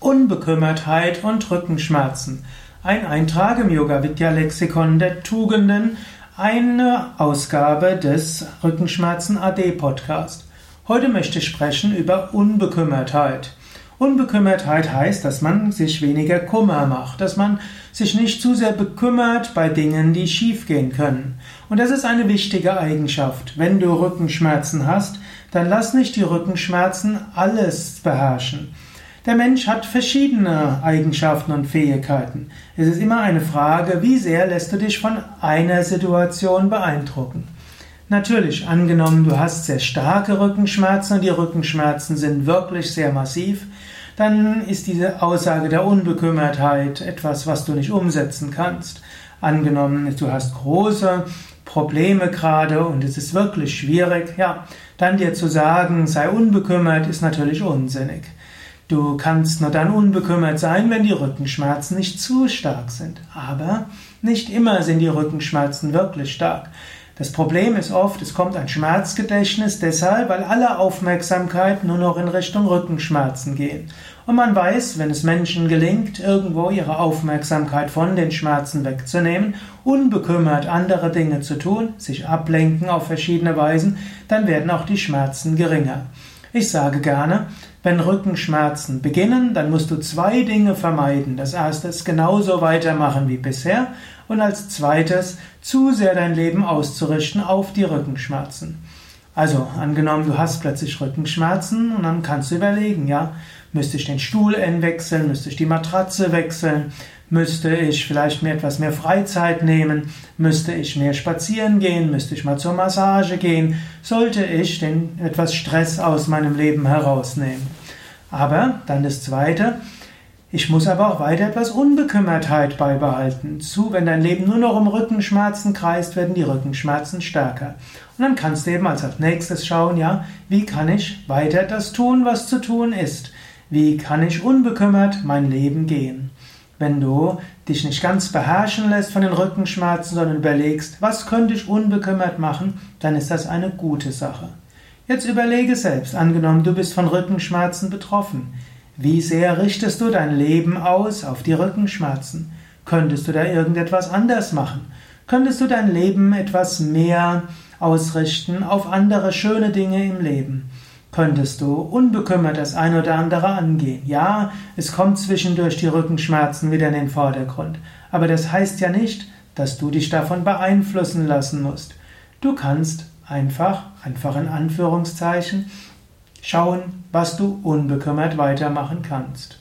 Unbekümmertheit und Rückenschmerzen. Ein Eintrag im Yoga-Vidya-Lexikon der Tugenden, eine Ausgabe des Rückenschmerzen AD Podcast. Heute möchte ich sprechen über Unbekümmertheit. Unbekümmertheit heißt, dass man sich weniger Kummer macht, dass man sich nicht zu sehr bekümmert bei Dingen, die schiefgehen können. Und das ist eine wichtige Eigenschaft. Wenn du Rückenschmerzen hast, dann lass nicht die Rückenschmerzen alles beherrschen. Der Mensch hat verschiedene Eigenschaften und Fähigkeiten. Es ist immer eine Frage, wie sehr lässt du dich von einer Situation beeindrucken. Natürlich, angenommen, du hast sehr starke Rückenschmerzen und die Rückenschmerzen sind wirklich sehr massiv, dann ist diese Aussage der Unbekümmertheit etwas, was du nicht umsetzen kannst. Angenommen, du hast große Probleme gerade und es ist wirklich schwierig, dann dir zu sagen, sei unbekümmert, ist natürlich unsinnig. Du kannst nur dann unbekümmert sein, wenn die Rückenschmerzen nicht zu stark sind. Aber nicht immer sind die Rückenschmerzen wirklich stark. Das Problem ist oft, es kommt ein Schmerzgedächtnis deshalb, weil alle Aufmerksamkeit nur noch in Richtung Rückenschmerzen geht. Und man weiß, wenn es Menschen gelingt, irgendwo ihre Aufmerksamkeit von den Schmerzen wegzunehmen, unbekümmert andere Dinge zu tun, sich ablenken auf verschiedene Weisen, dann werden auch die Schmerzen geringer. Ich sage gerne, wenn Rückenschmerzen beginnen, dann musst du zwei Dinge vermeiden. Das erste ist genauso weitermachen wie bisher und als zweites zu sehr dein Leben auszurichten auf die Rückenschmerzen. Also angenommen, du hast plötzlich Rückenschmerzen und dann kannst du überlegen, müsste ich den Stuhl wechseln, müsste ich die Matratze wechseln, müsste ich vielleicht mir etwas mehr Freizeit nehmen, müsste ich mehr spazieren gehen, müsste ich mal zur Massage gehen, sollte ich etwas Stress aus meinem Leben herausnehmen. Aber dann das Zweite, ich muss aber auch weiter etwas Unbekümmertheit beibehalten. Wenn dein Leben nur noch um Rückenschmerzen kreist, werden die Rückenschmerzen stärker. Und dann kannst du eben als nächstes schauen, wie kann ich weiter das tun, was zu tun ist? Wie kann ich unbekümmert mein Leben gehen? Wenn du dich nicht ganz beherrschen lässt von den Rückenschmerzen, sondern überlegst, was könnte ich unbekümmert machen, dann ist das eine gute Sache. Jetzt überlege selbst, angenommen, du bist von Rückenschmerzen betroffen. Wie sehr richtest du dein Leben aus auf die Rückenschmerzen? Könntest du da irgendetwas anders machen? Könntest du dein Leben etwas mehr ausrichten auf andere schöne Dinge im Leben? Könntest du unbekümmert das ein oder andere angehen? Ja, es kommt zwischendurch die Rückenschmerzen wieder in den Vordergrund. Aber das heißt ja nicht, dass du dich davon beeinflussen lassen musst. Du kannst einfach in Anführungszeichen, schauen, was du unbekümmert weitermachen kannst.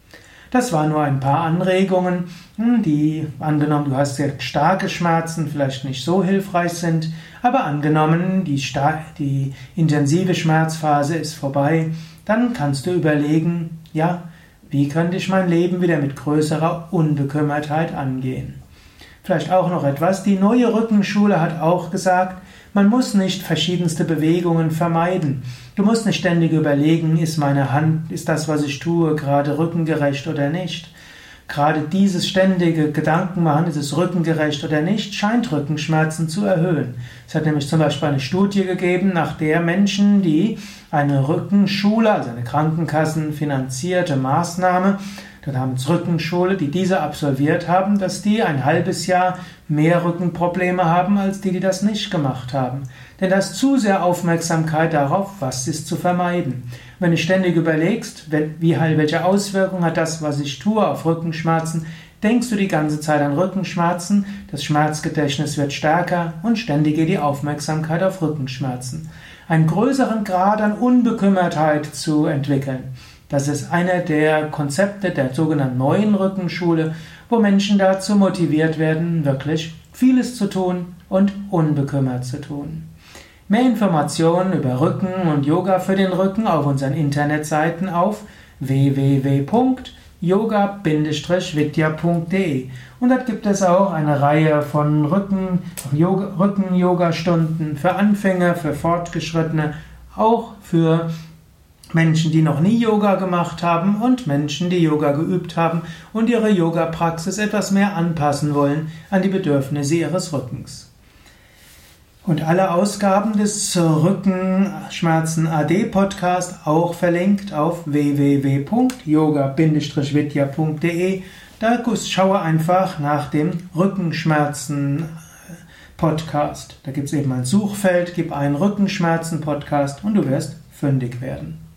Das waren nur ein paar Anregungen, die, angenommen, du hast sehr starke Schmerzen, vielleicht nicht so hilfreich sind, aber angenommen, die intensive Schmerzphase ist vorbei, dann kannst du überlegen, wie könnte ich mein Leben wieder mit größerer Unbekümmertheit angehen. Vielleicht auch noch etwas, die neue Rückenschule hat auch gesagt, man muss nicht verschiedenste Bewegungen vermeiden. Du musst nicht ständig überlegen, ist das, was ich tue, gerade rückengerecht oder nicht. Gerade dieses ständige Gedankenmachen, ist es rückengerecht oder nicht, scheint Rückenschmerzen zu erhöhen. Es hat nämlich zum Beispiel eine Studie gegeben, nach der Menschen, die eine Rückenschule, also eine krankenkassenfinanzierte Maßnahme, dort haben es Rückenschule, die diese absolviert haben, dass die ein halbes Jahr mehr Rückenprobleme haben, als die das nicht gemacht haben. Denn da ist zu sehr Aufmerksamkeit darauf, was ist zu vermeiden. Wenn du ständig überlegst, welche Auswirkungen hat das, was ich tue, auf Rückenschmerzen, denkst du die ganze Zeit an Rückenschmerzen, das Schmerzgedächtnis wird stärker und ständig geht die Aufmerksamkeit auf Rückenschmerzen. Einen größeren Grad an Unbekümmertheit zu entwickeln. Das ist einer der Konzepte der sogenannten neuen Rückenschule, wo Menschen dazu motiviert werden, wirklich vieles zu tun und unbekümmert zu tun. Mehr Informationen über Rücken und Yoga für den Rücken auf unseren Internetseiten auf www.yoga-vidya.de und dort gibt es auch eine Reihe von Rücken-Yoga-Stunden für Anfänger, für Fortgeschrittene, auch für Menschen, die noch nie Yoga gemacht haben und Menschen, die Yoga geübt haben und ihre Yoga-Praxis etwas mehr anpassen wollen an die Bedürfnisse ihres Rückens. Und alle Ausgaben des Rückenschmerzen AD Podcast auch verlinkt auf www.yoga-vidya.de. Da schaue einfach nach dem Rückenschmerzen Podcast. Da gibt es eben ein Suchfeld, gib einen Rückenschmerzen Podcast und du wirst fündig werden.